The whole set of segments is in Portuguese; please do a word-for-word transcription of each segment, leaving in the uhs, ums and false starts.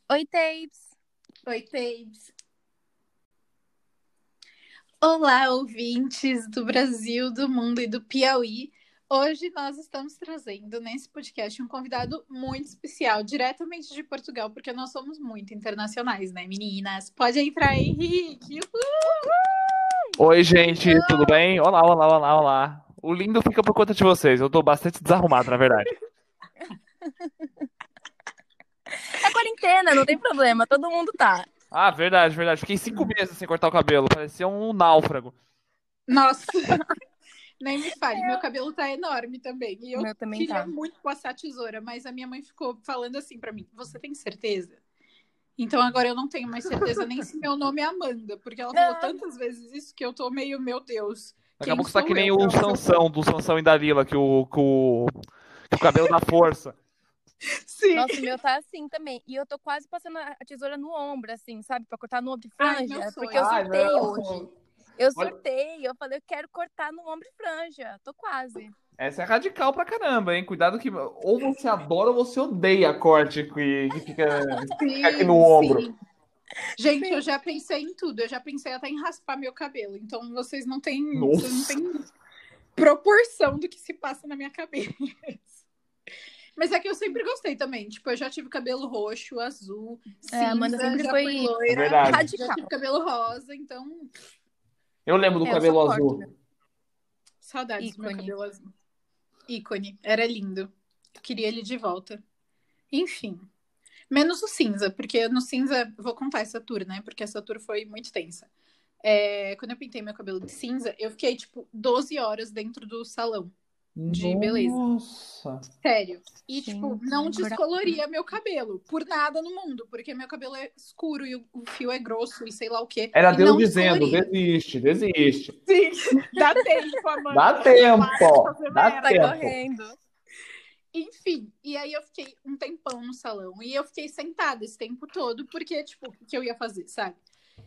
Oi, Tapes. Oi, Tapes. Olá, ouvintes do Brasil, do mundo e do Piauí. Hoje nós estamos trazendo nesse podcast um convidado muito especial, diretamente de Portugal, porque nós somos muito internacionais, né, meninas? Pode entrar, Henrique. Oi, gente, tudo bem? Olá, olá, olá, olá. O lindo fica por conta de vocês. Eu tô bastante desarrumado, na verdade. É quarentena, não tem problema, todo mundo tá. Ah, verdade, verdade. Fiquei cinco meses sem cortar o cabelo. Parecia um náufrago. Nossa, nem me fale, meu cabelo tá enorme também. E eu O meu também queria tá. muito passar tesoura, mas a minha mãe ficou falando assim pra mim: você tem certeza? Então agora eu não tenho mais certeza nem se meu nome é Amanda, porque ela falou Não. tantas vezes isso que eu tô meio, meu Deus, Daqui a quem pouco você tá sou que nem eu? o Pra você- Sansão, do Sansão e Dalila, que o, que o, que o cabelo dá força. Sim. Nossa, o meu tá assim também. E eu tô quase passando a tesoura no ombro, assim, sabe? Pra cortar no ombro e Ai, meu franja. sonho. Porque eu Ai, surtei não. hoje. Eu Olha, surtei. Eu falei, eu quero cortar no ombro e franja. Tô quase. essa é radical pra caramba, hein? Cuidado que ou você adora ou você odeia corte que, que fica, fica aqui no Sim, ombro. sim. Gente, Sim. eu já pensei em tudo. Eu já pensei até em raspar meu cabelo. Então vocês não têm, vocês não Nossa. têm proporção do que se passa na minha cabeça. Mas é que eu sempre gostei também. Tipo, eu já tive cabelo roxo, azul, cinza, É, a Amanda sempre já foi fui É loira, verdade. já radical. tive cabelo rosa, então Eu lembro do É, eu sou cabelo forte, azul. né? saudades do meu Ícone. cabelo azul. Ícone, era lindo. Queria ele de volta. Enfim. Menos o cinza, porque no cinza, vou contar essa tour, né? Porque essa tour foi muito tensa. É, quando eu pintei meu cabelo de cinza, eu fiquei, tipo, doze horas dentro do salão de beleza. Nossa. Sério. E, tipo, Gente, não cortar- descoloria meu cabelo, por nada no mundo, porque meu cabelo é escuro e o, o fio é grosso e sei lá o quê. Era E Deus não dizendo, descoloria. desiste, desiste. Sim, dá tempo, Amanda. Dá Para de tempo, fazer dá merda. Tá tempo. correndo. Enfim, e aí eu fiquei um tempão no salão. E eu fiquei sentada esse tempo todo, porque, tipo, o que eu ia fazer, sabe?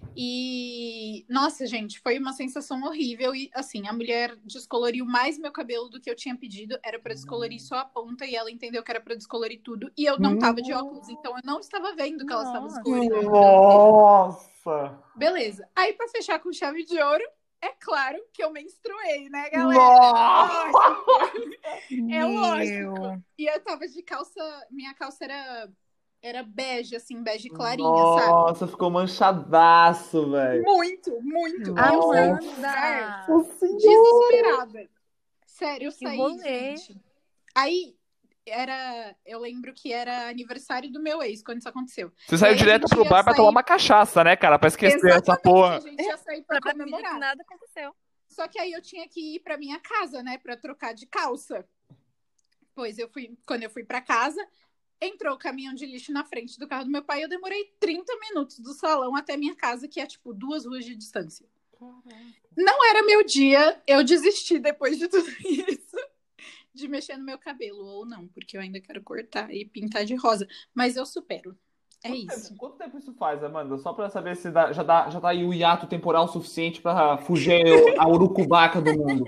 E, nossa, gente, foi uma sensação horrível. E, assim, a mulher descoloriu mais meu cabelo do que eu tinha pedido. Era pra descolorir só a ponta e ela entendeu que era pra descolorir tudo. E eu não tava de óculos, então eu não estava vendo que ela estava Nossa. descolorindo meu cabelo inteiro. Nossa! Beleza. Aí, pra fechar com chave de ouro, é claro que eu menstruei, né, galera? Nossa! Lógico. É Meu. lógico. E eu tava de calça. Minha calça era, era bege, assim, bege clarinha, sabe? Nossa, ficou manchadaço, velho. Muito, muito. E eu saí do lugar Amanda! desesperada. Sério, eu Que saí, rolê. gente. Aí era. Eu lembro que era aniversário do meu ex quando isso aconteceu. Você E saiu aí a direto gente pro ia bar pra tomar sair. uma cachaça, né, cara? Pra esquecer essa Exatamente, porra. a gente ia sair pra Pra fingir que comemorar. nada aconteceu. Só que aí eu tinha que ir pra minha casa, né, pra trocar de calça. Pois eu fui, quando eu fui pra casa, entrou o caminhão de lixo na frente do carro do meu pai. Eu demorei trinta minutos do salão até minha casa, que é tipo duas ruas de distância. Não era meu dia, eu desisti depois de tudo isso, de mexer no meu cabelo, ou não, porque eu ainda quero cortar e pintar de rosa. Mas eu supero. É Quanto isso. tempo, quanto tempo isso faz, Amanda? Só pra saber se dá- já, dá, já tá aí o hiato temporal suficiente pra fugir a urucubaca do mundo.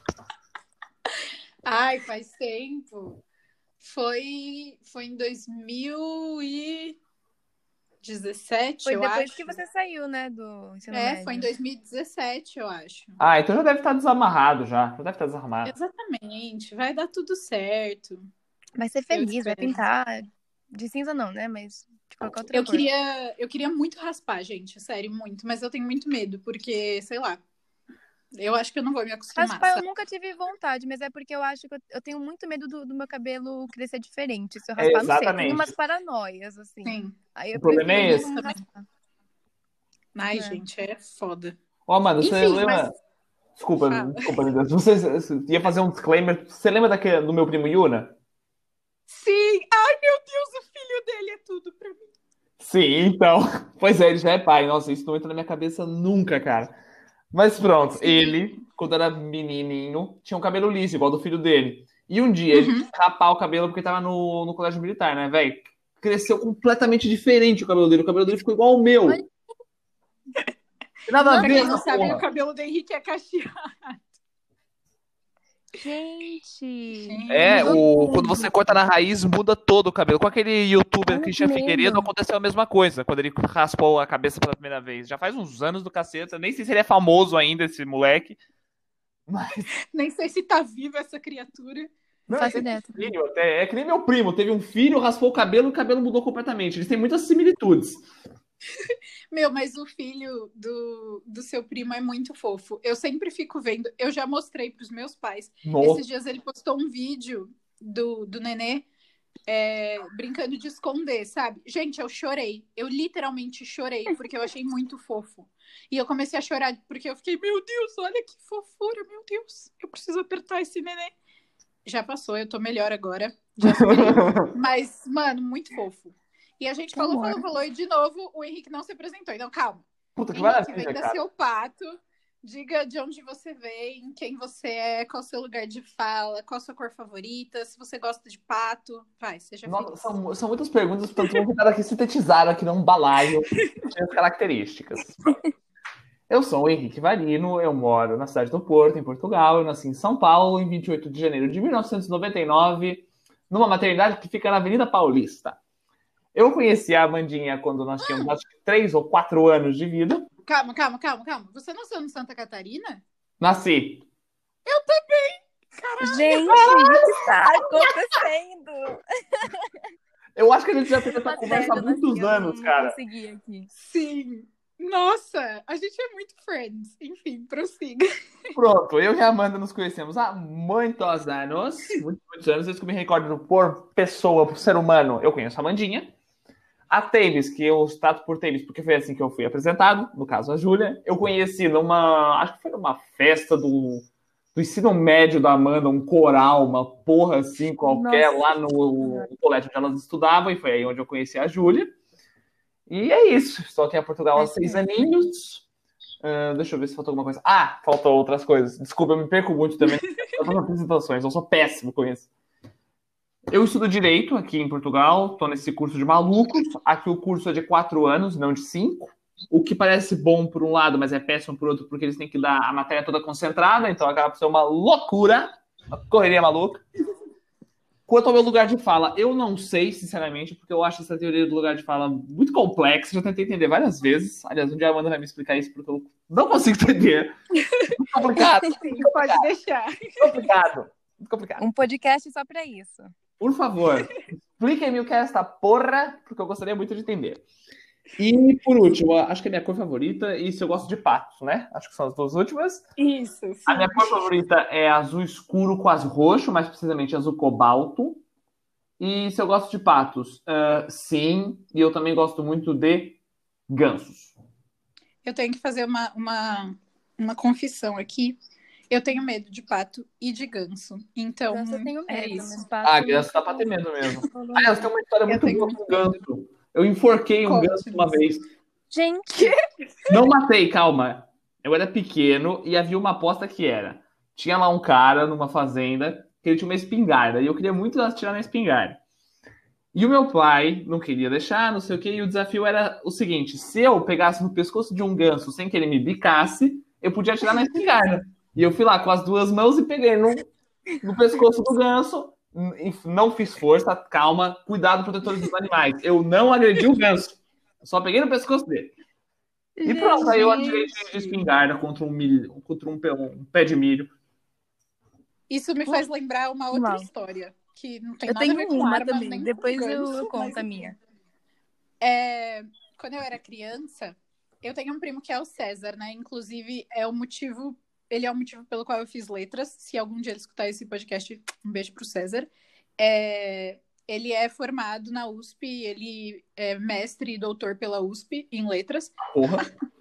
Ai, faz tempo. Foi, foi em dois mil e dezessete, Foi eu depois acho. que você saiu, né, do ensino É, médio. foi em dois mil e dezessete, eu acho. Ah, então já deve estar desamarrado já. Já deve estar desarmado. Exatamente, vai dar tudo certo. Vai ser Eu feliz, vai espero. pintar. De cinza não, né? Mas de qualquer outra Eu cor. queria, eu queria muito raspar, gente, sério, muito, mas eu tenho muito medo, porque, sei lá, eu acho que eu não vou me acostumar, Raspar eu sabe? nunca tive vontade, mas é porque eu acho que eu, eu tenho muito medo do, do meu cabelo crescer diferente. Se eu É, raspar, não sei. Eu tenho exatamente. umas paranoias, assim. Sim. Aí O eu problema prefiro é esse. não Também. raspar. Ai, É. gente, é foda. Ó, Amanda, você Enfim, lembra... mas Desculpa, fala. desculpa, Linda. Você, você ia fazer um disclaimer. Você lembra daquele, do meu primo Yuna? Sim! Ai, meu Deus, o filho dele é tudo pra mim. Sim, então. Pois é, ele já é pai. Nossa, isso não entra na minha cabeça nunca, cara. Mas pronto, Sim. ele, quando era menininho, tinha um cabelo liso, igual do filho dele. E um dia ele Uhum. quis rapar o cabelo porque tava no, no colégio militar, né, velho? Cresceu completamente diferente o cabelo dele. O cabelo dele ficou igual ao meu. Olha. Tem nada a Pra ver quem não essa sabe, porra. o cabelo do Henrique é cacheado. Gente. É, mudou o, quando tudo. você corta na raiz, muda todo o cabelo. Com aquele youtuber Ai, que Christian Figueiredo, medo. aconteceu a mesma coisa, quando ele raspou a cabeça pela primeira vez. Já faz uns anos do caceta, nem sei se ele é famoso ainda, esse moleque. Mas, Nem sei se tá viva essa criatura. Não não, faço ele tem ideia também. filho até. É que nem meu primo, teve um filho, raspou o cabelo e o cabelo mudou completamente. Eles têm muitas similitudes. Meu, mas o filho do, do seu primo é muito fofo. Eu sempre fico vendo. Eu já mostrei pros meus pais. Nossa. Esses dias ele postou um vídeo do, do nenê é, brincando de esconder, sabe? Gente, eu chorei. Eu literalmente chorei porque eu achei muito fofo. E eu comecei a chorar porque eu fiquei, meu Deus, olha que fofura, meu Deus. Eu preciso apertar esse nenê. Já passou, eu tô melhor agora. Já superei. Mas, mano, muito fofo. E a gente Que falou, amor. falou, falou, e de novo o Henrique não se apresentou. Então, calma. Puta que Henrique, maravilha, venda cara. seu pato. Diga de onde você vem, quem você é, qual o seu lugar de fala, qual a sua cor favorita, se você gosta de pato. Vai, seja Nossa, feliz. são, são muitas perguntas, portanto, vou tentar aqui sintetizar aqui num balaio as características. Eu sou o Henrique Varino, eu moro na cidade do Porto, em Portugal. Eu nasci em São Paulo em vinte e oito de janeiro de mil novecentos e noventa e nove, numa maternidade que fica na Avenida Paulista. Eu conheci a Amandinha quando nós tínhamos acho que três ou quatro anos de vida. Calma, calma, calma, calma. Você nasceu em Santa Catarina? Nasci. Eu também! Caralho! Gente, o que está acontecendo? Eu acho que a gente já teve essa Uma conversa há série, muitos eu anos, não cara. consegui aqui. Sim! Nossa, a gente é muito friends. Enfim, prossiga. Pronto, eu e a Amanda nos conhecemos há muitos anos. Muitos, muitos anos. Desde que eu me recordo por pessoa, por ser humano, eu conheço a Amandinha. A Thames, que eu trato por Thames, porque foi assim que eu fui apresentado, no caso a Júlia. Eu conheci numa, acho que foi numa festa do, do ensino médio da Amanda, um coral, uma porra assim qualquer, Nossa. lá no, no colégio onde elas estudavam, e foi aí onde eu conheci a Júlia. E é isso, estou aqui em Portugal há seis aninhos. Uh, deixa eu ver se faltou alguma coisa. Ah, faltou outras coisas. Desculpa, eu me perco muito também nas apresentações, eu sou péssimo com isso. Eu estudo Direito aqui em Portugal, estou nesse curso de malucos. Aqui o curso é de quatro anos, não de cinco. O que parece bom por um lado, mas é péssimo por outro, porque eles têm que dar a matéria toda concentrada, então acaba por ser uma loucura, uma correria maluca. Quanto ao meu lugar de fala, eu não sei, sinceramente, porque eu acho essa teoria do lugar de fala muito complexa, já tentei entender várias vezes. Aliás, um dia a Amanda vai me explicar isso, porque eu não consigo entender. Muito complicado. Sim, pode deixar. Muito complicado. Muito complicado. Um podcast só pra isso. Por favor, expliquem-me o que é esta porra, porque eu gostaria muito de entender. E, por último, acho que a minha cor favorita, e se eu gosto de patos, né? Acho que são as duas últimas. Isso, sim. A minha cor favorita é azul escuro, quase roxo, mais precisamente azul cobalto. E se eu gosto de patos, uh, sim. E eu também gosto muito de gansos. Eu tenho que fazer uma, uma, uma confissão aqui. Eu tenho medo de pato e de ganso. Então, Ganso eu tenho medo, é isso. mas pato Ah, eu ganso nunca dá pra ter medo mesmo. falou Aliás, nada. tem uma história Eu muito tenho boa muito com ganso. Eu enforquei um ganso Conte-nos. uma vez. Gente, Não matei, calma. Eu era pequeno e havia uma aposta que era. Tinha lá um cara numa fazenda que ele tinha uma espingarda e eu queria muito atirar na espingarda. E o meu pai não queria deixar, não sei o quê, e o desafio era o seguinte: se eu pegasse no pescoço de um ganso sem que ele me bicasse, eu podia atirar na espingarda. E eu fui lá com as duas mãos e peguei no, no pescoço do ganso. Não fiz força, calma, cuidado, protetores dos animais. Eu não agredi o ganso. Só peguei no pescoço dele. E pronto, aí eu atirei de, de espingarda contra um, milho, contra um, pé, um pé de milho. Isso me faz lembrar uma outra Uau. história. Que não tem eu nada tenho a ver com uma armas, também. nem com Depois eu, ganso, eu conto mas a enfim. minha. É, quando eu era criança, eu tenho um primo que é o César, né? Inclusive, é o motivo... Ele é o motivo pelo qual eu fiz letras. Se algum dia ele escutar esse podcast, um beijo pro César. É, ele é formado na U S P, ele é mestre e doutor pela U S P em letras. Porra.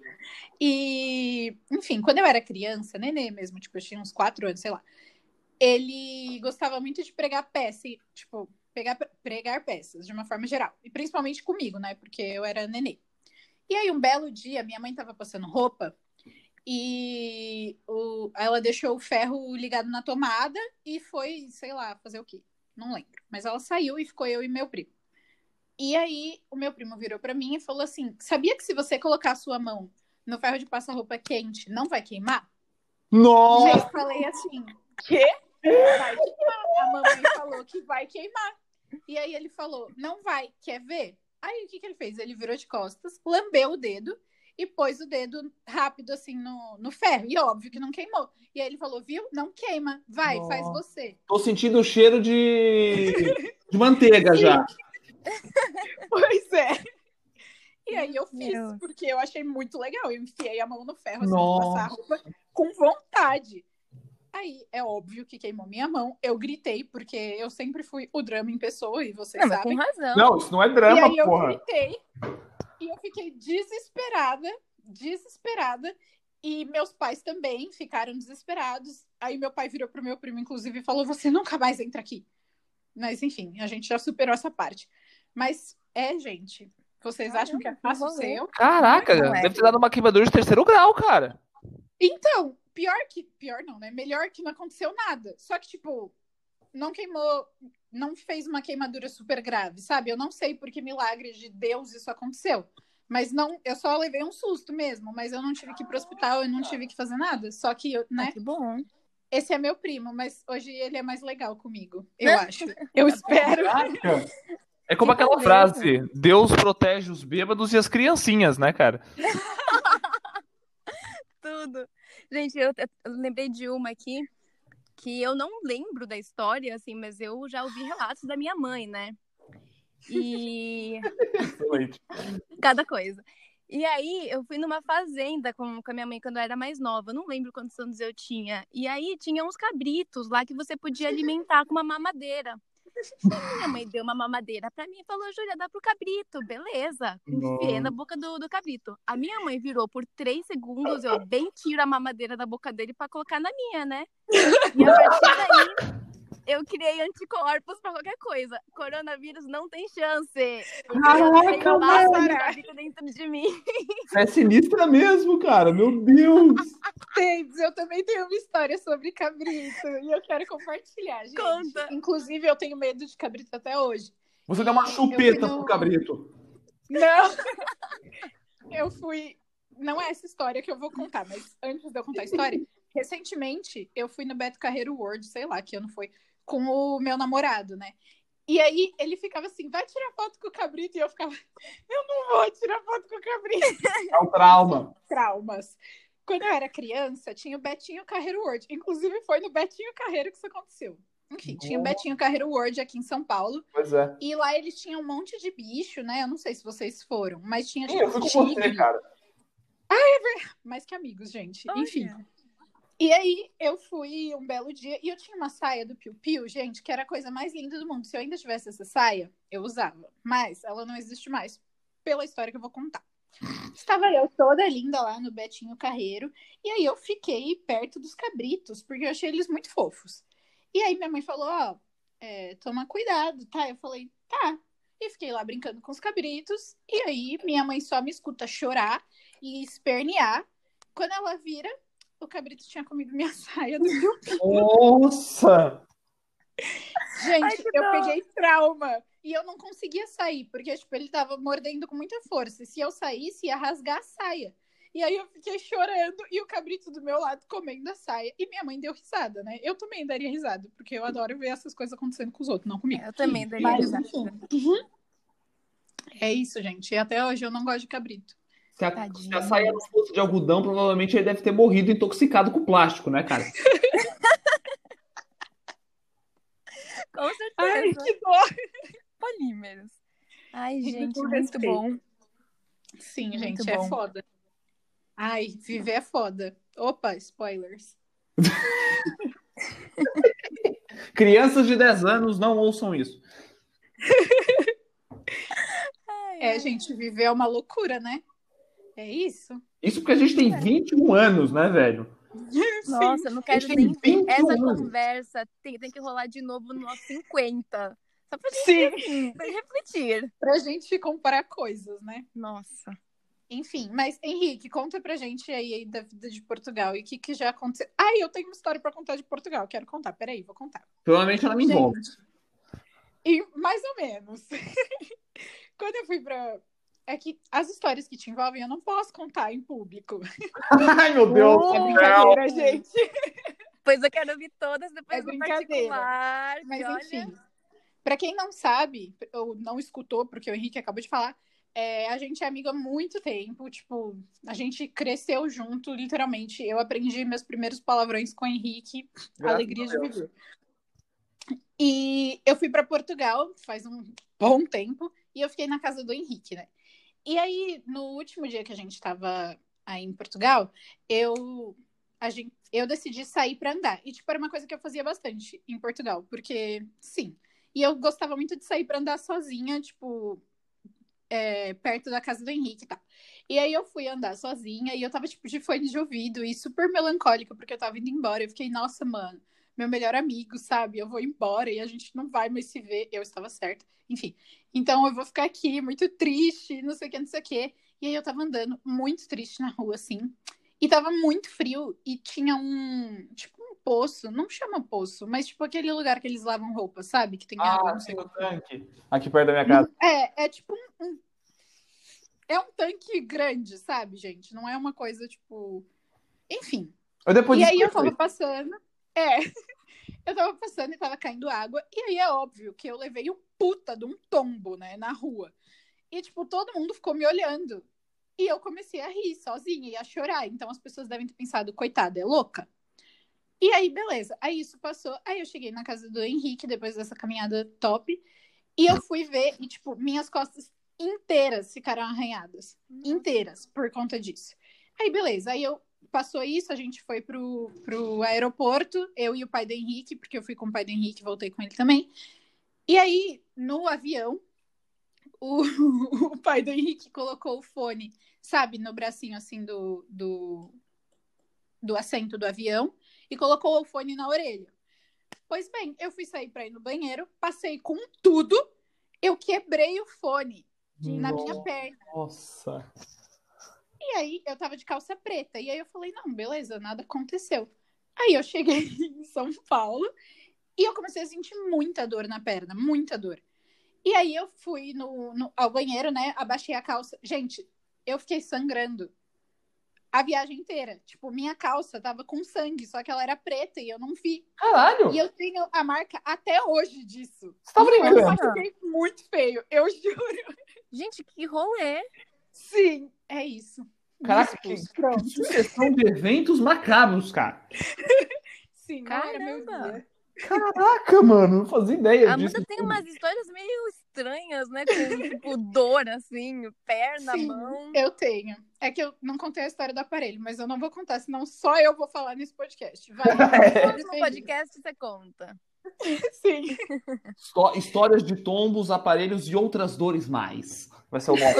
E, enfim, quando eu era criança, nenê mesmo, tipo, eu tinha uns quatro anos, sei lá, ele gostava muito de pregar peça, tipo, pegar, pregar peças, de uma forma geral. E principalmente comigo, né? Porque eu era nenê. E aí, um belo dia, minha mãe tava passando roupa e o, ela deixou o ferro ligado na tomada e foi, sei lá, fazer o quê? Não lembro. Mas ela saiu e ficou eu e meu primo. E aí, o meu primo virou pra mim e falou assim, sabia que se você colocar a sua mão no ferro de passar roupa quente, não vai queimar? Nossa! E aí eu falei assim, quê? vai queimar. A mamãe falou que vai queimar. E aí ele falou, não vai, quer ver? Aí o que, que ele fez? Ele virou de costas, lambeu o dedo e pôs o dedo rápido assim no, no ferro. E óbvio que não queimou. E aí ele falou, viu? Não queima. Vai, Nossa. faz você. Tô sentindo o cheiro de, de manteiga já. Pois é. E aí eu fiz, Meu. porque eu achei muito legal. Eu enfiei a mão no ferro, assim, Nossa. passar a roupa com vontade. Aí, é óbvio que queimou minha mão. Eu gritei, porque eu sempre fui o drama em pessoa, e vocês Não, mas com sabem. razão. Não, isso não é E drama, aí eu porra. gritei, e eu fiquei desesperada, desesperada. E meus pais também ficaram desesperados. Aí meu pai virou pro meu primo, inclusive, e falou, você nunca mais entra aqui. Mas, enfim, a gente já superou essa parte. Mas, é, gente... Vocês acham que é fácil rolê. ser eu? Caraca, Não é. deve ter dado uma queimadura de terceiro grau, cara. Então, pior que... Pior não, né? Melhor que não aconteceu nada. Só que, tipo, não queimou... Não fez uma queimadura super grave, sabe? Eu não sei por que milagre de Deus isso aconteceu. Mas não... Eu só levei um susto mesmo. Mas eu não tive que ir pro hospital, eu não tive que fazer nada. Só que, eu, né? Ah, que bom. Esse é meu primo, mas hoje ele é mais legal comigo. Eu acho. Eu espero. Caraca. É como Que aquela beleza. frase, Deus protege os bêbados e as criancinhas, né, cara? Tudo. Gente, eu, eu lembrei de uma aqui que eu não lembro da história, assim, mas eu já ouvi relatos da minha mãe, né? E Excelente. cada coisa. E aí, eu fui numa fazenda com, com a minha mãe quando eu era mais nova. Eu não lembro quantos anos eu tinha. E aí, tinha uns cabritos lá que você podia alimentar com uma mamadeira. Minha mãe deu uma mamadeira pra mim e falou, Júlia, dá pro cabrito. Beleza. Enfiei na boca do, do cabrito. A minha mãe virou por três segundos, eu bem tiro a mamadeira da boca dele pra colocar na minha, né? E a partir daí, eu criei anticorpos pra qualquer coisa. Coronavírus não tem chance. Caraca, Eu tenho velho. de cabrito dentro de mim. Você é sinistra mesmo, cara. Meu Deus. James, eu também tenho uma história sobre cabrito e eu quero compartilhar, gente. Conta. Inclusive, eu tenho medo de cabrito até hoje. Você deu uma chupeta Eu fui no- pro cabrito. Não! Eu fui... Não é essa história que eu vou contar, mas antes de eu contar a história, recentemente eu fui no Beto Carreiro World, sei lá, que ano foi, com o meu namorado, né? E aí ele ficava assim, vai tirar foto com o cabrito, e eu ficava, eu não vou tirar foto com o cabrito. É um trauma. Traumas. Quando eu era criança, tinha o Betinho Carreiro World. Inclusive, foi no Betinho Carreiro que isso aconteceu. Enfim, tinha o Betinho Carreiro World aqui em São Paulo. Pois é. E lá eles tinham um monte de bicho, né? Eu não sei se vocês foram, mas tinha Sim, tipo eu fui com você, tigre. cara. Mais que amigos, gente. Olha. Enfim. E aí, eu fui um belo dia e eu tinha uma saia do Piu Piu, gente, que era a coisa mais linda do mundo. Se eu ainda tivesse essa saia, eu usava. Mas ela não existe mais, pela história que eu vou contar. Estava eu toda linda lá no Betinho Carreiro. E aí eu fiquei perto dos cabritos, porque eu achei eles muito fofos. E aí minha mãe falou, ó, é, toma cuidado, tá? Eu falei, tá. E fiquei lá brincando com os cabritos. E aí minha mãe só me escuta chorar e espernear. Quando ela vira, o cabrito tinha comido minha saia do Piu Piu. Nossa! Gente, Ai, que eu dó. peguei trauma. E eu não conseguia sair, porque tipo, ele tava mordendo com muita força. E se eu saísse, ia rasgar a saia. E aí eu fiquei chorando e o cabrito do meu lado comendo a saia. E minha mãe deu risada, né? Eu também daria risada, porque eu adoro ver essas coisas acontecendo com os outros, não comigo. Eu também daria Mas, risada. enfim. É isso, gente. E até hoje eu não gosto de cabrito. Se a, Tadinho. se a saia não fosse de algodão, provavelmente ele deve ter morrido intoxicado com plástico, né, cara? Com certeza. Ai, que dó! Polímeros. Ai, Rindo gente, com muito respeito. bom. Sim, Muito gente, é bom. foda. Ai, viver é foda. Opa, spoilers. Crianças de dez anos não ouçam isso. Ai, É, ai. gente, viver é uma loucura, né? É isso? Isso porque a gente tem vinte e um anos, né, velho? Nossa, eu não quero tem nem ver vinte e um essa anos. conversa. Tem, tem que rolar de novo no nosso cinquenta. Só pra gente Sim. assim, refletir. Pra gente comparar coisas, né? Nossa. Enfim, mas Henrique, conta pra gente aí da vida de Portugal e o que, que já aconteceu. Ai, eu tenho uma história pra contar de Portugal. Quero contar, peraí, vou contar. Provavelmente ela me envolve. Gente, e mais ou menos. Quando eu fui pra... É que as histórias que te envolvem eu não posso contar em público. Ai, meu Deus. É do céu. brincadeira, gente. Pois eu quero ouvir todas depois É do brincadeira. particular. que Mas olha, enfim, pra quem não sabe, ou não escutou, porque o Henrique acabou de falar, é, a gente é amiga há muito tempo, tipo, a gente cresceu junto, literalmente. Eu aprendi meus primeiros palavrões com o Henrique, Graças alegria a de Deus. viver. E eu fui pra Portugal faz um bom tempo, e eu fiquei na casa do Henrique, né? E aí, no último dia que a gente tava aí em Portugal, eu, a gente, eu decidi sair pra andar. E, tipo, era uma coisa que eu fazia bastante em Portugal, porque, sim. E eu gostava muito de sair pra andar sozinha, tipo, é, perto da casa do Henrique e tal. E aí eu fui andar sozinha e eu tava, tipo, de fone de ouvido e super melancólica, porque eu tava indo embora. Eu fiquei, nossa, mano, meu melhor amigo, sabe? Eu vou embora e a gente não vai mais se ver. Eu estava certa. Enfim. Então eu vou ficar aqui muito triste, não sei o que, não sei o que. E aí eu tava andando muito triste na rua, assim. E tava muito frio e tinha um, tipo, um poço. Não chama poço, mas tipo aquele lugar que eles lavam roupa, sabe? Que tem água, Ah, não sei sim, o o que. tanque. Aqui perto da minha casa. É, é tipo um, um- é um tanque grande, sabe, gente? Não é uma coisa, tipo... Enfim. Eu depois E aí eu explico tava isso. passando... É, eu tava passando e tava caindo água. E aí é óbvio que eu levei um puta de um tombo, né, na rua. E, tipo, todo mundo ficou me olhando. E eu comecei a rir sozinha e a chorar. Então as pessoas devem ter pensado, coitada, é louca? E aí, beleza. Aí isso passou. Aí eu cheguei na casa do Henrique, depois dessa caminhada top. E eu fui ver, e, tipo, minhas costas inteiras ficaram arranhadas. Inteiras, por conta disso. Aí, beleza. Aí eu passou isso, a gente foi pro, pro aeroporto, eu e o pai do Henrique, porque eu fui com o pai do Henrique, voltei com ele também. E aí, no avião, o, o pai do Henrique colocou o fone, sabe, no bracinho assim do, do, do assento do avião, e colocou o fone na orelha. Pois bem, eu fui sair pra ir no banheiro, passei com tudo, eu quebrei o fone na minha perna. Nossa. E aí eu tava de calça preta. E aí eu falei, não, beleza, nada aconteceu. Aí eu cheguei em São Paulo e eu comecei a sentir muita dor na perna, muita dor. E aí eu fui no, no, ao banheiro, né? Abaixei a calça. Gente, eu fiquei sangrando a viagem inteira. Tipo, minha calça tava com sangue, só que ela era preta e eu não vi. Caralho! E eu tenho a marca até hoje disso. Você tá Eu brincando? machuquei muito feio, eu juro. gente, que rolê. Sim, é isso. Caraca, que, Expulso, que pronto. sucessão de eventos macabros, cara. Sim, não era meu Caramba. dia. Caraca, mano, não fazia ideia A disso. Amanda tem umas histórias meio estranhas, né? Com, tipo, dor, assim, perna, Sim, mão. eu tenho. É que eu não contei a história do aparelho, mas eu não vou contar, senão só eu vou falar nesse podcast. Vai. No próximo Despedir. podcast você conta. Sim. Histó- Histórias de tombos, aparelhos e outras dores mais. Vai ser o nome.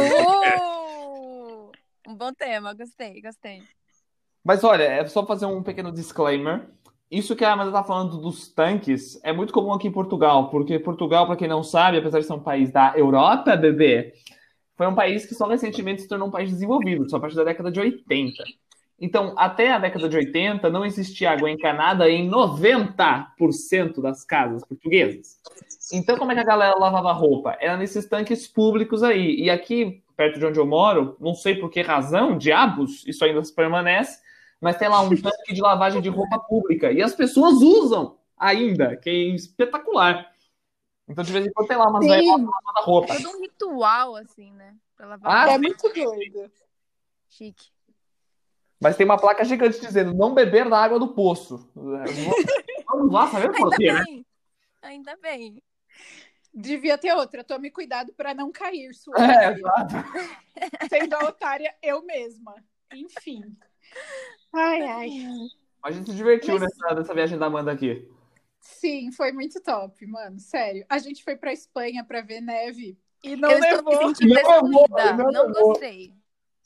Uh! Um bom tema, gostei, gostei. Mas olha, é só fazer um pequeno disclaimer. Isso que a Amanda tá falando dos tanques é muito comum aqui em Portugal, porque Portugal, para quem não sabe, apesar de ser um país da Europa, bebê, foi um país que só recentemente se tornou um país desenvolvido, só a partir da década de oitenta. Então, até a década de oitenta, não existia água encanada em noventa por cento das casas portuguesas. Então, como é que a galera lavava roupa? Era nesses tanques públicos aí. E aqui, perto de onde eu moro, não sei por que razão, diabos, isso ainda permanece, mas tem lá um tanque de lavagem de roupa pública. E as pessoas usam ainda, que é espetacular. Então, de vez em quando tem lá umas velhas lavando roupa. É todo um ritual, assim, né? Pra lavar Ah, É roupa. muito doido. Chique. Mas tem uma placa gigante dizendo não beber da água do poço. Vamos lá saber por Ainda quê, né? bem. Ainda bem. Devia ter outra. Tome cuidado para não cair, sua É, filha. exato. Sendo a otária eu mesma. Enfim. Ai, ai. A gente se divertiu Mas- nessa, nessa viagem da Amanda aqui. Sim, foi muito top, mano. Sério. A gente foi pra Espanha pra ver neve e não Eu estou levou. me sentindo Não levou, excluída. não Não levou. gostei.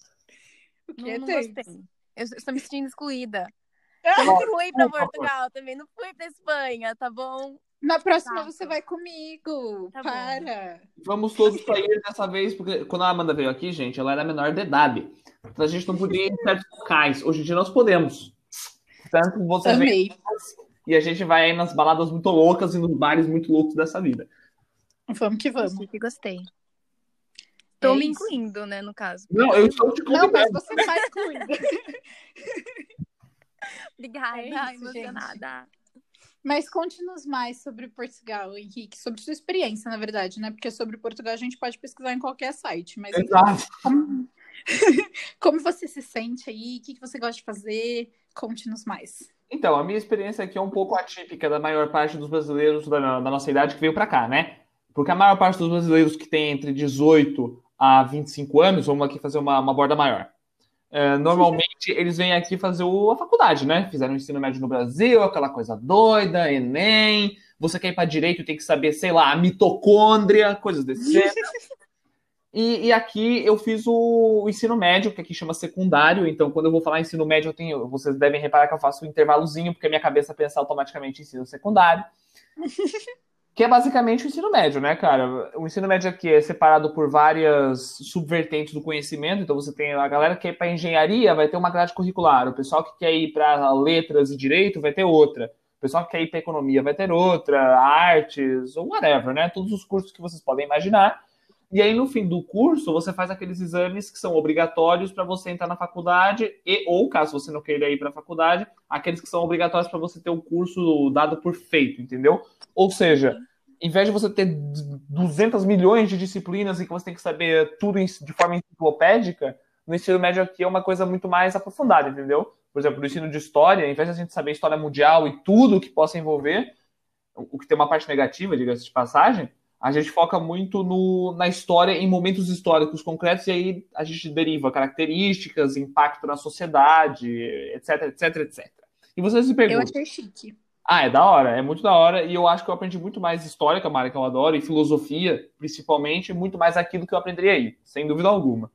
O que Não, não tem? gostei. Eu estou me sentindo excluída. Eu não fui pra Portugal também, não fui pra Espanha, tá bom? Na próxima Saco. você vai comigo. Tá bom. Para. Vamos todos sair dessa vez, porque quando a Amanda veio aqui, gente, ela era menor de idade. Então a gente não podia ir em certos locais. Hoje em dia nós podemos. Portanto, você vem Amei. e a gente vai aí nas baladas muito loucas e nos bares muito loucos dessa vida. Vamos que vamos. Chique, gostei. Tô É me isso. incluindo, né, no caso. Não, eu estou te Não, mas convidando. você tá excluída. Obrigada, É isso, emocionada. Mas conte-nos mais sobre Portugal, Henrique, sobre sua experiência, na verdade, né? Porque sobre Portugal a gente pode pesquisar em qualquer site, mas enfim, Exato. como, como você se sente aí? O que que você gosta de fazer? Conte-nos mais. Então, a minha experiência aqui é um pouco atípica da maior parte dos brasileiros da, da nossa idade que veio pra cá, né? Porque a maior parte dos brasileiros que tem entre dezoito a vinte e cinco anos, vamos aqui fazer uma, uma borda maior. É, normalmente eles vêm aqui fazer o- a faculdade, né? Fizeram o ensino médio no Brasil, aquela coisa doida, Enem. Você quer ir para direito, tem que saber, sei lá, a mitocôndria, coisas desse gênero. E, e aqui eu fiz o, o ensino médio, que aqui chama secundário. Então, quando eu vou falar ensino médio, eu tenho, vocês devem reparar que eu faço um intervalozinho, porque a minha cabeça pensa automaticamente em ensino secundário. Que é basicamente o ensino médio, né, cara? O ensino médio aqui é separado por várias subvertentes do conhecimento. Então, você tem a galera que quer ir para engenharia, vai ter uma grade curricular. O pessoal que quer ir para letras e direito vai ter outra. O pessoal que quer ir para economia vai ter outra, artes, ou whatever, né? Todos os cursos que vocês podem imaginar. E aí, no fim do curso, você faz aqueles exames que são obrigatórios para você entrar na faculdade, e, ou, caso você não queira ir para a faculdade, aqueles que são obrigatórios para você ter o curso dado por feito, entendeu? Ou seja, em vez de você ter duzentos milhões de disciplinas e que você tem que saber tudo de forma enciclopédica, no ensino médio aqui é uma coisa muito mais aprofundada, entendeu? Por exemplo, no ensino de história, em vez de a gente saber história mundial e tudo que possa envolver, o que tem uma parte negativa, diga-se de passagem, a gente foca muito no, na história, em momentos históricos concretos, e aí a gente deriva características, impacto na sociedade, etc, etc, etcétera. E vocês se Eu perguntam, achei chique. ah, é da hora, é muito da hora, e eu acho que eu aprendi muito mais história, que é uma área que eu adoro, e filosofia, principalmente, muito mais aquilo que eu aprenderia aí, sem dúvida alguma.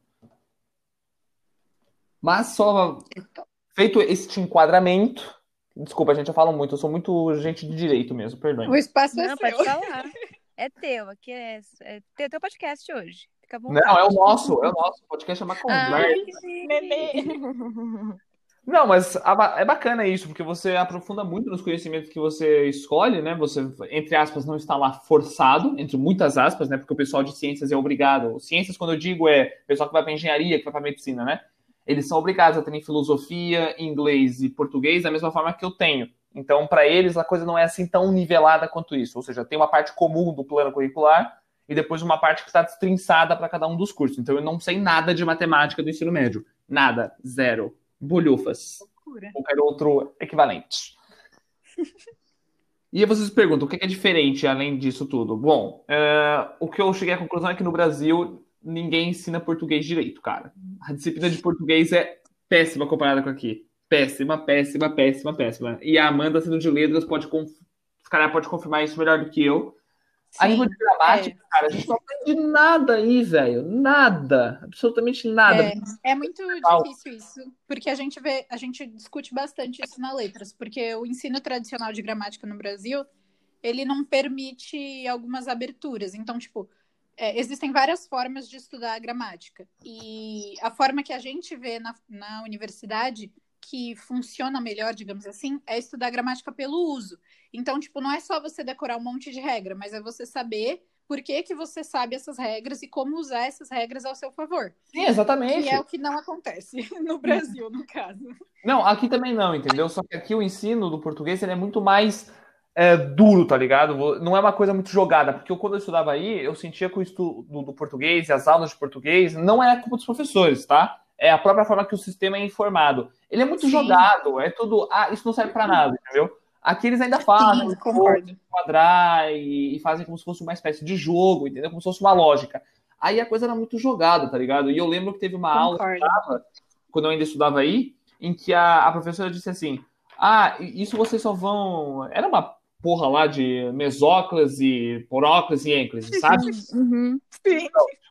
Mas só feito este enquadramento, desculpa, gente, eu falo muito, eu sou muito gente de direito mesmo, O perdoe. espaço é Não, seu. pode falar. É teu, aqui é, é teu, teu podcast hoje. Fica à Não, vontade. é o nosso, é o nosso, o podcast é uma Ah, conversa. que chique. Nenê. Não, mas a ba- é bacana isso, porque você aprofunda muito nos conhecimentos que você escolhe, né? Você, entre aspas, não está lá forçado, entre muitas aspas, né? Porque o pessoal de ciências é obrigado. Ciências, quando eu digo, é o pessoal que vai para engenharia, que vai para medicina, né? Eles são obrigados a terem filosofia, inglês e português da mesma forma que eu tenho. Então, para eles, a coisa não é assim tão nivelada quanto isso. Ou seja, tem uma parte comum do plano curricular e depois uma parte que está destrinçada para cada um dos cursos. Então, eu não sei nada de matemática do ensino médio. Nada. Zero. Bolhufas. Loucura. Qualquer outro equivalente. E aí vocês se perguntam, o que é diferente além disso tudo? Bom, é, o que eu cheguei à conclusão é que no Brasil ninguém ensina português direito, cara. A disciplina de português é péssima comparada com aqui. Péssima, péssima, péssima, péssima. E a Amanda, sendo de letras, pode, conf... se calhar pode confirmar isso melhor do que eu. A nível de gramática, é. cara, a gente não aprende nada aí, velho. Nada. Absolutamente nada. É, é muito Legal. difícil isso, porque a gente vê, a gente discute bastante isso na letras, porque o ensino tradicional de gramática no Brasil, ele não permite algumas aberturas. Então, tipo, é, existem várias formas de estudar a gramática. E a forma que a gente vê na, na universidade, que funciona melhor, digamos assim, é estudar gramática pelo uso. Então, tipo, não é só você decorar um monte de regra, mas é você saber por que, que você sabe essas regras e como usar essas regras ao seu favor. Sim, exatamente. Que é o que não acontece no Brasil, no caso. Não, aqui também não, entendeu? Só que aqui o ensino do português ele é muito mais é, duro, tá ligado? Não é uma coisa muito jogada, porque eu, quando eu estudava aí, eu sentia que o estudo do, do português e as aulas de português não é culpa dos professores, tá? É a própria forma que o sistema é informado. Ele é muito Sim. jogado, é tudo, ah, isso não serve pra nada, entendeu? Aqui eles ainda fazem, Sim, concordo. quadrar e, e fazem como se fosse uma espécie de jogo, entendeu? Como se fosse uma lógica. Aí a coisa era muito jogada, tá ligado? E eu lembro que teve uma aula que eu dava, quando eu ainda estudava aí, em que a, a professora disse assim, ah, isso vocês só vão... Era uma porra lá de mesóclise, poróclise e ênclise, sabe? Uhum. Sim.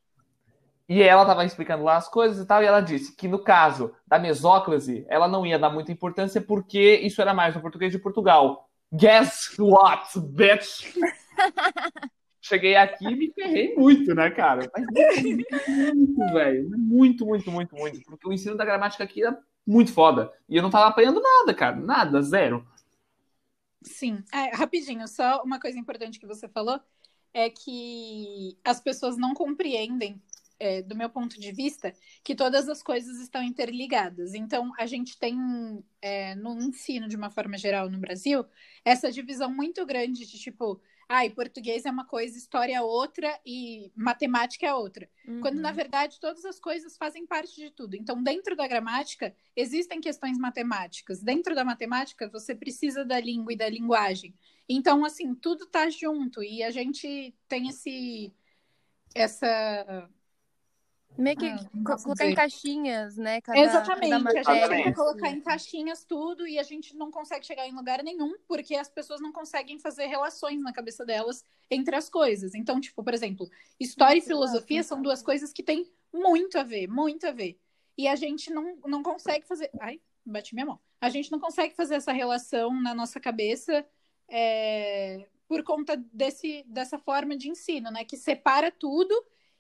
E ela tava explicando lá as coisas e tal, e ela disse que no caso da mesóclise, ela não ia dar muita importância porque isso era mais no português de Portugal. Guess what, bitch? Cheguei aqui e me ferrei muito, né, cara? Mas muito, muito, velho. Muito, muito, muito, muito. Porque o ensino da gramática aqui era muito foda. E eu não tava apanhando nada, cara. Nada, zero. Sim. É, rapidinho, só uma coisa importante que você falou é que as pessoas não compreendem é, do meu ponto de vista, que todas as coisas estão interligadas. Então, a gente tem, é, no ensino, de uma forma geral, no Brasil, essa divisão muito grande de, tipo, ai, português é uma coisa, história é outra e matemática é outra. Uhum. Quando, na verdade, todas as coisas fazem parte de tudo. Então, dentro da gramática, existem questões matemáticas. Dentro da matemática, você precisa da língua e da linguagem. Então, assim, tudo tá junto. E a gente tem esse... essa... Meio que Ah, não co- posso colocar em dizer. caixinhas, né? Cada, Exatamente, cada a gente matéria. tenta Exatamente. colocar em caixinhas tudo e a gente não consegue chegar em lugar nenhum, porque as pessoas não conseguem fazer relações na cabeça delas entre as coisas. Então, tipo, por exemplo, história e filosofia são duas coisas que têm muito a ver, muito a ver. E a gente não, não consegue fazer. Ai, bati minha mão. A gente não consegue fazer essa relação na nossa cabeça é, por conta desse, dessa forma de ensino, né? Que separa tudo.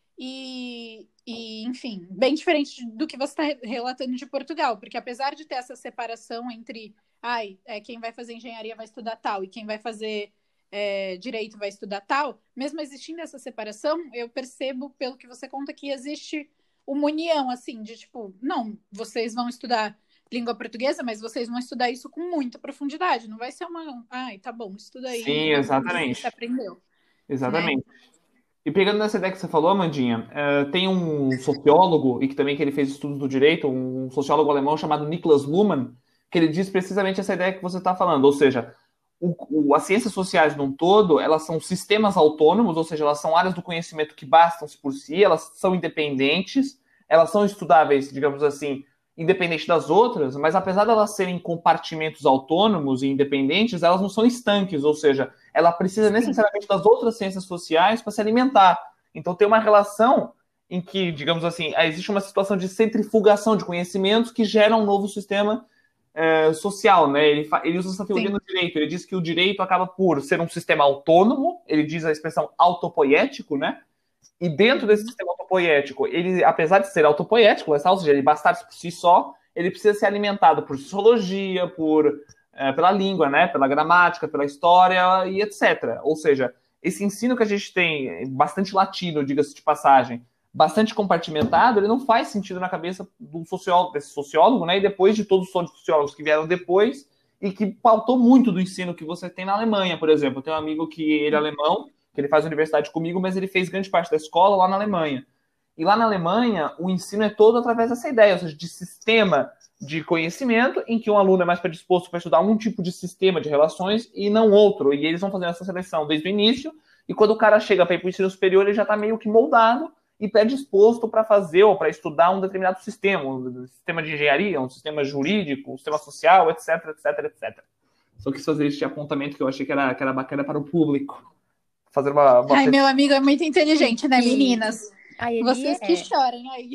E, e, enfim, bem diferente do que você está relatando de Portugal, porque apesar de ter essa separação entre ai, é, quem vai fazer engenharia vai estudar tal e quem vai fazer é, direito vai estudar tal, mesmo existindo essa separação, eu percebo, pelo que você conta, que existe uma união, assim, de tipo, não, vocês vão estudar língua portuguesa, mas vocês vão estudar isso com muita profundidade, não vai ser uma, ai, tá bom, estuda aí, Sim, vamos ver o que exatamente. você aprendeu. Exatamente. E pegando nessa ideia que você falou, Amandinha, eh, tem um sociólogo, e que também que ele fez estudos do direito, um sociólogo alemão chamado Niklas Luhmann, que ele diz precisamente essa ideia que você está falando, ou seja, o, o, as ciências sociais num todo, elas são sistemas autônomos, ou seja, elas são áreas do conhecimento que bastam-se por si, elas são independentes, elas são estudáveis, digamos assim, independente das outras, mas apesar de elas serem compartimentos autônomos e independentes, elas não são estanques, ou seja, ela precisa Sim. necessariamente das outras ciências sociais para se alimentar. Então tem uma relação em que, digamos assim, existe uma situação de centrifugação de conhecimentos que gera um novo sistema é, social, né? Ele, ele usa essa teoria Sim. no direito, ele diz que o direito acaba por ser um sistema autônomo, ele diz a expressão autopoético, né? E dentro desse sistema autopoético, ele, apesar de ser autopoético, ou seja, ele bastar por si só, ele precisa ser alimentado por sociologia, por, é, pela língua, né? Pela gramática, pela história e etcétera. Ou seja, esse ensino que a gente tem, bastante latino, diga-se de passagem, bastante compartimentado, ele não faz sentido na cabeça do sociólogo, desse sociólogo, né? E depois de todos os sociólogos que vieram depois e que pautou muito do ensino que você tem na Alemanha, por exemplo. Eu tenho um amigo que ele é alemão, que ele faz universidade comigo, mas ele fez grande parte da escola lá na Alemanha. E lá na Alemanha, o ensino é todo através dessa ideia, ou seja, de sistema de conhecimento, em que um aluno é mais predisposto para estudar um tipo de sistema de relações e não outro. E eles vão fazendo essa seleção desde o início, e quando o cara chega para ir para o ensino superior, ele já está meio que moldado e predisposto para fazer ou para estudar um determinado sistema, um sistema de engenharia, um sistema jurídico, um sistema social, etc, etc, etcétera. Só quis fazer este apontamento que eu achei que era, que era bacana para o público. Fazer uma, uma... Ai, meu amigo é muito inteligente, né, meninas? Aí ele Vocês é. que chorem aí.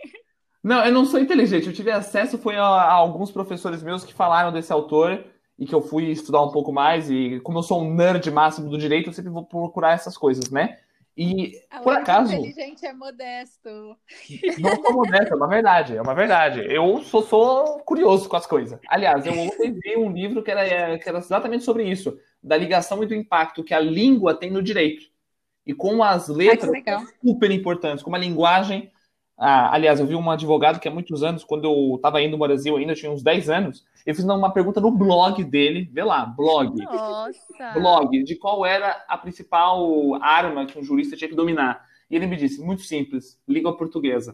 Não, eu não sou inteligente. Eu tive acesso foi a, a alguns professores meus que falaram desse autor e que eu fui estudar um pouco mais. E como eu sou um nerd máximo do direito, eu sempre vou procurar essas coisas, né? E, por Além de acaso... inteligente, é modesto. Não sou modesto, é uma verdade, é uma verdade. Eu só sou curioso com as coisas. Aliás, eu ontem vi um livro que era, que era exatamente sobre isso, da ligação e do impacto que a língua tem no direito. E como as letras Ai, que legal. são super importantes, como a linguagem... Ah, aliás, eu vi um advogado que há muitos anos, quando eu estava indo no Brasil ainda, eu tinha uns dez anos, eu fiz uma pergunta no blog dele, vê lá, blog. Nossa. Blog, de qual era a principal arma que um jurista tinha que dominar. E ele me disse, muito simples, língua portuguesa.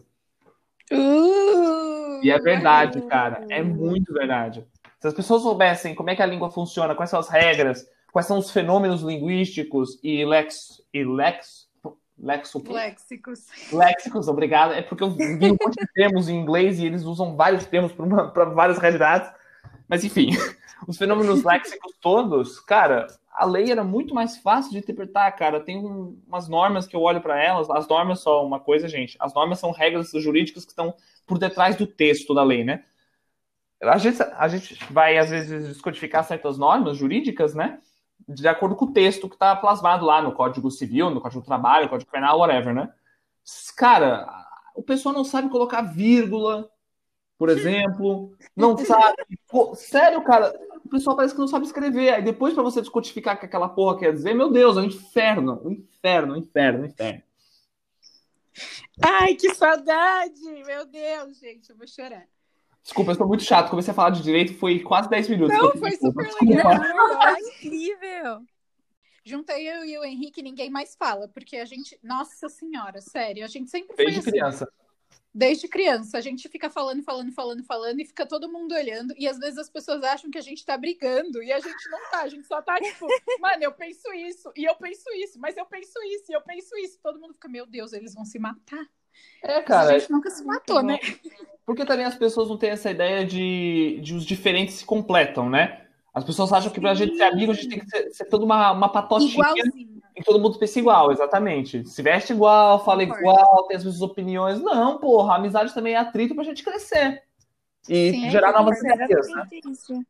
Uh, E é verdade, cara, é muito verdade. Se as pessoas soubessem como é que a língua funciona, quais são as regras, quais são os fenômenos linguísticos e lex... E lex Lexo, Léxicos. Léxicos, obrigado. É porque eu vi um monte de termos em inglês e eles usam vários termos para várias realidades. Mas, enfim, os fenômenos léxicos todos, cara, a lei era muito mais fácil de interpretar, cara. Tem um, umas normas que eu olho para elas. As normas são uma coisa, gente. As normas são regras jurídicas que estão por detrás do texto da lei, né? A gente, a gente vai, às vezes, descodificar certas normas jurídicas, né? De acordo com o texto que está plasmado lá no Código Civil, no Código do Trabalho, no Código Penal, whatever, né? Cara, o pessoal não sabe colocar vírgula, por exemplo, não sabe... Pô, sério, cara, o pessoal parece que não sabe escrever. Aí depois, para você descodificar o que aquela porra quer dizer, meu Deus, é um inferno, um inferno, um inferno, um inferno. Ai, que saudade! Meu Deus, gente, eu vou chorar. Desculpa, eu sou muito chato. Comecei a falar de direito, foi quase dez minutos. Não, que eu foi fiz, super desculpa. legal. Não, é incrível. Juntei eu e o Henrique, ninguém mais fala, porque a gente, nossa senhora, sério, a gente sempre Desde foi assim. criança. Desde criança, a gente fica falando, falando, falando, falando, e fica todo mundo olhando, e às vezes as pessoas acham que a gente tá brigando, e a gente não tá, a gente só tá tipo, mano, eu penso isso, e eu penso isso, mas eu penso isso, e eu penso isso, todo mundo fica, meu Deus, eles vão se matar. É, Mas cara. a gente nunca se matou, né? Porque também as pessoas não têm essa ideia de, de os diferentes se completam, né? As pessoas acham que pra gente ser amigo, a gente tem que ser, ser toda uma, uma patotinha. Igualzinho. E todo mundo pensa igual, exatamente. Se veste igual, fala Concordo. igual, tem as mesmas opiniões. Não, porra, a amizade também é atrito pra gente crescer. E Sim, é gerar isso, novas é ideias, né? Exatamente isso.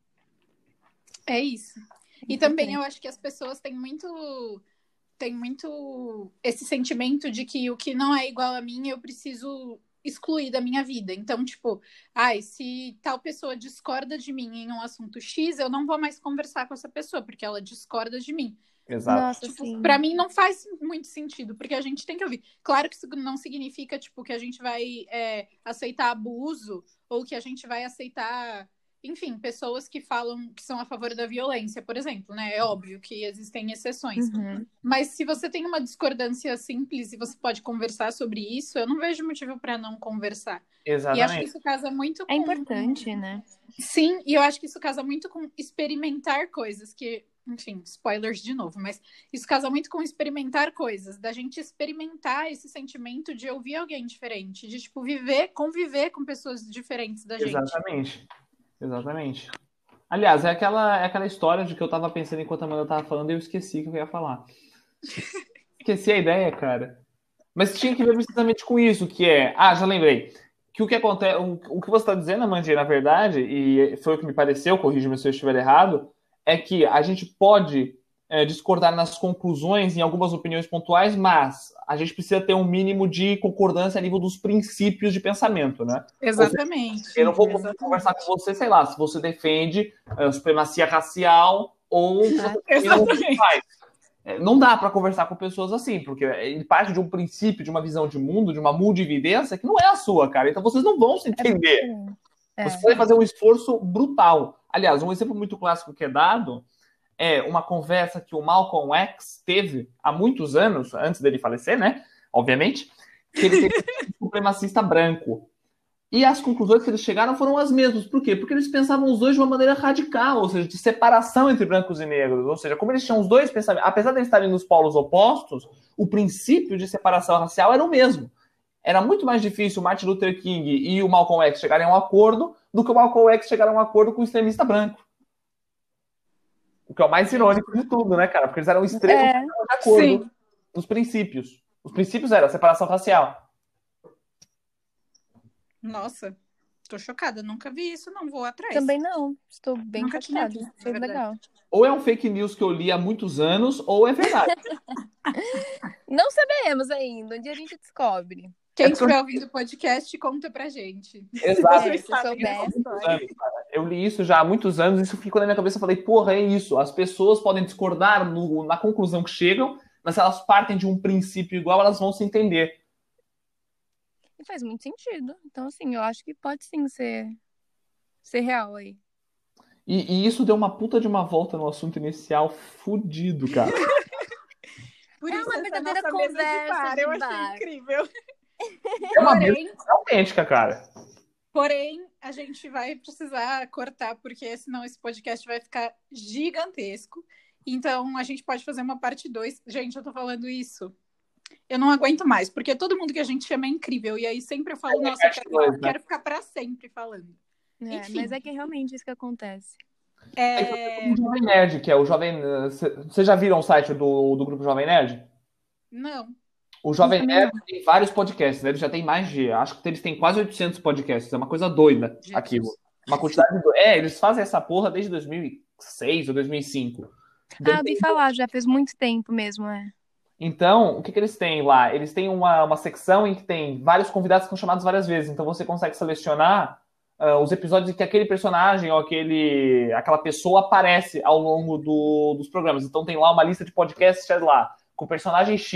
É isso. E também eu acho que as pessoas têm muito, têm muito esse sentimento de que o que não é igual a mim, eu preciso excluir da minha vida. Então, tipo, ai, se tal pessoa discorda de mim em um assunto X, eu não vou mais conversar com essa pessoa, porque ela discorda de mim. Exato. Nossa, Tipo, sim. pra mim não faz muito sentido, porque a gente tem que ouvir. Claro que isso não significa, tipo, que a gente vai é, aceitar abuso ou que a gente vai aceitar, enfim, pessoas que falam que são a favor da violência, por exemplo, né? É óbvio que existem exceções. Uhum. Mas se você tem uma discordância simples e você pode conversar sobre isso, eu não vejo motivo pra não conversar. E acho que Exatamente. isso casa muito com... É importante, né? Sim, e eu acho que isso casa muito com experimentar coisas que... Enfim, spoilers de novo, mas isso casa muito com experimentar coisas, da gente experimentar esse sentimento de ouvir alguém diferente, de, tipo, viver, conviver com pessoas diferentes da gente. Exatamente. Exatamente. Aliás, é aquela, é aquela história de que eu tava pensando enquanto a Amanda tava falando e eu esqueci o que eu ia falar. Esqueci a ideia, cara. Mas tinha que ver precisamente com isso, que é... Ah, já lembrei. Que o que acontece... O, o que você está dizendo, Amandinha, na verdade, e foi o que me pareceu, corrija-me se eu estiver errado, é que a gente pode é, discordar nas conclusões, em algumas opiniões pontuais, mas a gente precisa ter um mínimo de concordância a nível dos princípios de pensamento, né? Exatamente. Eu não vou Exatamente. conversar com você, sei lá, se você defende a supremacia racial ou se você defende Exatamente. faz. Não dá para conversar com pessoas assim, porque ele parte de um princípio, de uma visão de mundo, de uma multividência que não é a sua, cara. Então vocês não vão se entender. É. Você vai fazer um esforço brutal. Aliás, um exemplo muito clássico que é dado é uma conversa que o Malcolm X teve há muitos anos, antes dele falecer, né? Obviamente, que ele teve um supremacista branco. E as conclusões que eles chegaram foram as mesmas. Por quê? Porque eles pensavam os dois de uma maneira radical, ou seja, de separação entre brancos e negros. Ou seja, como eles tinham os dois pensamentos, apesar de eles estarem nos polos opostos, o princípio de separação racial era o mesmo. Era muito mais difícil o Martin Luther King e o Malcolm X chegarem a um acordo do que o Malcolm X chegar a um acordo com o extremista branco. O que é o mais irônico de tudo, né, cara? Porque eles eram extremos É. de acordo Sim. nos princípios. Os princípios eram a separação racial. Nossa, tô chocada. Nunca vi isso, não. Vou atrás. Também não. Estou bem Nunca tinha chocada. visto, Foi na verdade. legal. Ou é um fake news que eu li há muitos anos, ou é verdade. Não saberemos ainda. Um dia a gente descobre. Quem É estiver ouvindo o podcast, conta pra gente. Exato. É, se souber. Anos, cara. Eu li isso já há muitos anos, isso ficou na minha cabeça. Eu falei, porra, é isso. As pessoas podem discordar no- na conclusão que chegam, mas se elas partem de um princípio igual, elas vão se entender. E faz muito sentido. Então, assim, eu acho que pode sim ser, ser real aí. E, e isso deu uma puta de uma volta no assunto inicial fudido, cara. Por É isso, uma essa verdadeira nossa mesa de conversa bar, de eu achei bar. incrível. É uma Porém- mesa autêntica, cara. Porém, a gente vai precisar cortar, porque senão esse podcast vai ficar gigantesco. Então, a gente pode fazer uma parte dois. Gente, eu tô falando isso. Eu não aguento mais, porque todo mundo que a gente chama é incrível. E aí sempre eu falo, nossa, eu parte quero, dois, né? quero ficar pra sempre falando. É, Enfim. mas é que é realmente isso que acontece. É... O Jovem Nerd, que é o Jovem... Vocês já viram o site do, do grupo Jovem Nerd? Não. O Jovem Também Nerd tem vários podcasts, né? Ele já tem mais de... Acho que eles têm quase oitocentos podcasts. É uma coisa doida Jesus. aquilo. Uma quantidade... Do... É, eles fazem essa porra desde dois mil e seis ou dois mil e cinco. Ah, eu vi falar, já fez muito tempo mesmo, é. Então, o que, que eles têm lá? Eles têm uma, uma secção em que tem vários convidados que são chamados várias vezes. Então você consegue selecionar uh, os episódios em que aquele personagem ou aquele, aquela pessoa aparece ao longo do, dos programas. Então tem lá uma lista de podcasts lá, com o personagem X.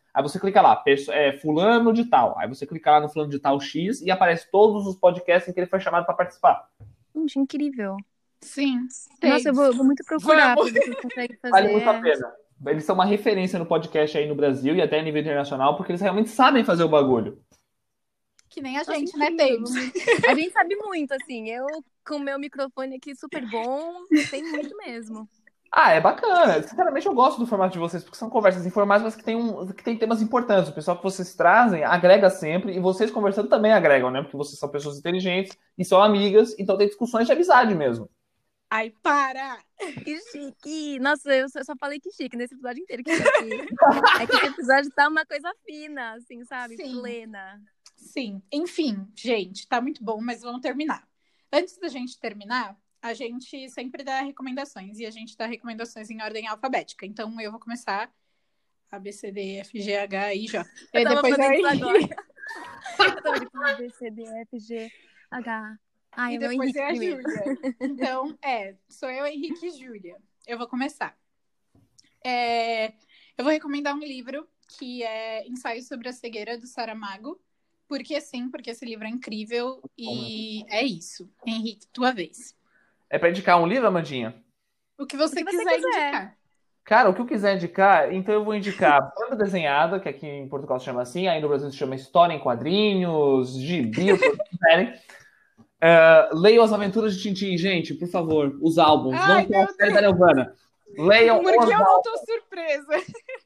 Aí você clica lá, perso- é, fulano de tal. Aí você clica lá no fulano de tal X e aparece todos os podcasts em que ele foi chamado para participar. Gente, incrível. Sim. Nossa, eu vou, vou muito procurar Vamos. pra ver se eu consigo fazer. Vale muito a pena. Eles são uma referência no podcast aí no Brasil e até a nível internacional, porque eles realmente sabem fazer o bagulho. Que nem a Nossa, gente, né, incrível. Thames? A gente sabe muito, assim. Eu, com o meu microfone aqui super bom, tem muito mesmo. Ah, é bacana. Sinceramente, eu gosto do formato de vocês, porque são conversas informais, mas que tem, um, que tem temas importantes. O pessoal que vocês trazem agrega sempre, e vocês conversando também agregam, né? Porque vocês são pessoas inteligentes e são amigas, então tem discussões de amizade mesmo. Ai, para! Que chique! Nossa, eu só, só falei que chique nesse episódio inteiro. Que chique. É que esse episódio tá uma coisa fina, assim, sabe? Sim. Plena. Sim. Enfim, gente, tá muito bom, mas vamos terminar. Antes da gente terminar, a gente sempre dá recomendações, e a gente dá recomendações em ordem alfabética. Então, eu vou começar A, B, C, D, E, F, G, H, I, J. Eu E tava depois fazendo eu... isso agora. Eu tava tipo A, B, C, D, E, F, G, H. Ai, E é meu depois Henrique é a primeiro. Júlia. Então, é, sou eu, Henrique e Júlia. Eu vou começar. É, eu vou recomendar um livro que é Ensaio sobre a Cegueira, do Saramago. Porque sim, porque esse livro é incrível e é isso. Henrique, tua vez. É pra indicar um livro, Amandinha? O que você, O que você quiser, quiser. indicar. Cara, o que eu quiser indicar, então eu vou indicar Banda Desenhada, que aqui em Portugal se chama assim, aí no Brasil se chama História em Quadrinhos, Gibi, o que vocês quiserem. Uh, leiam as aventuras de Tintin, gente, por favor, os álbuns, Ai, não só a meu série da Nelvana. Leiam Porque os eu álbuns. não tô surpresa.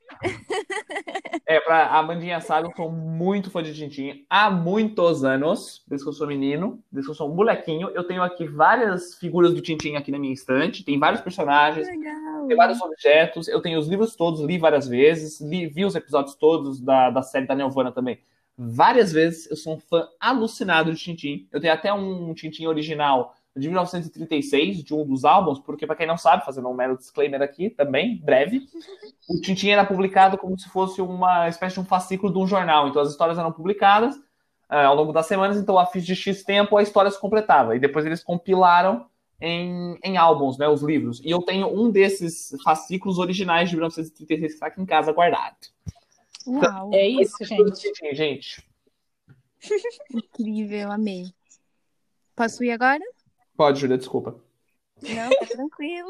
É, pra a Amandinha sabe, eu sou muito fã de Tintin há muitos anos, desde que eu sou menino, desde que eu sou um molequinho. Eu tenho aqui várias figuras do Tintin aqui na minha estante, tem vários personagens, Legal. tem vários objetos, eu tenho os livros todos, li várias vezes, li, vi os episódios todos da, da série da Nelvana também várias vezes. Eu sou um fã alucinado de Tintin. Eu tenho até um Tintin original de mil novecentos e trinta e seis, de um dos álbuns, porque, para quem não sabe, fazendo um mero disclaimer aqui também, breve, o Tintin era publicado como se fosse uma espécie de um fascículo de um jornal. Então as histórias eram publicadas uh, ao longo das semanas, então a ficha de X tempo a história se completava. E depois eles compilaram em, em álbuns, né, os livros. E eu tenho um desses fascículos originais de mil novecentos e trinta e seis que está aqui em casa guardado. Uau. É isso, gente. Tintin, gente. Incrível, amei. Posso ir agora? Pode, Júlia, desculpa. Não, tá tranquilo.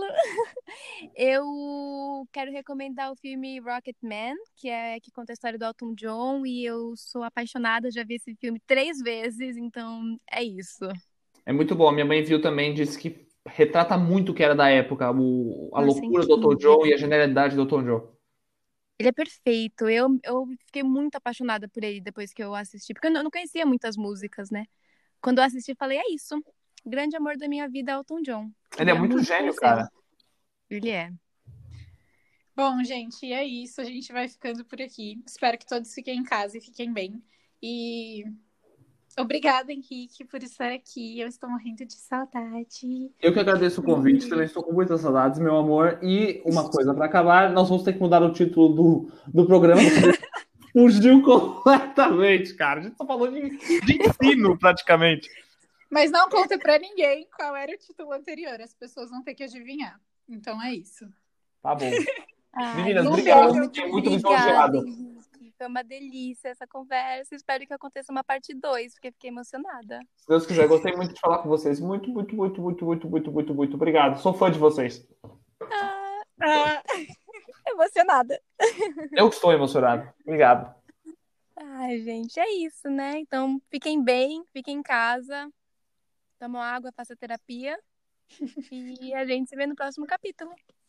Eu quero recomendar o filme Rocketman, que é que conta a história do Elton John, e eu sou apaixonada, já vi esse filme três vezes, então é isso. É muito bom. Minha mãe viu também, disse que retrata muito o que era da época, o, a Nossa, loucura do doutor incrível. John e a genialidade do doutor John. Ele é perfeito. Eu, eu fiquei muito apaixonada por ele depois que eu assisti, porque eu não não conhecia muitas músicas, né? Quando eu assisti, falei, é isso. Grande amor da minha vida, Elton John. Ele é Queria muito gênio, conhecê-lo. cara. Ele é. Bom, gente, é isso. A gente vai ficando por aqui. Espero que todos fiquem em casa e fiquem bem. E obrigada, Henrique, por estar aqui. Eu estou morrendo de saudade. Eu que agradeço o convite, também estou com muitas saudades, meu amor. E uma coisa para acabar, nós vamos ter que mudar o título do, do programa. Fugiu completamente, cara. A gente só falou de, de ensino, praticamente. Mas não conta pra ninguém qual era o título anterior. As pessoas vão ter que adivinhar. Então é isso. Tá bom. Ai, Meninas, um obrigado. beijo. Fiquei muito Obrigada, lisonjeado. Henrique. Foi uma delícia essa conversa. Espero que aconteça uma parte dois, porque fiquei emocionada. Se Deus quiser, gostei muito de falar com vocês. Muito, muito, muito, muito, muito, muito, muito, muito obrigado. Sou fã de vocês. Ah, Ah, emocionada. Eu que estou emocionado. Obrigado. Ai, gente, é isso, né? Então, fiquem bem, fiquem em casa, tomam água, façam terapia. E a gente se vê no próximo capítulo.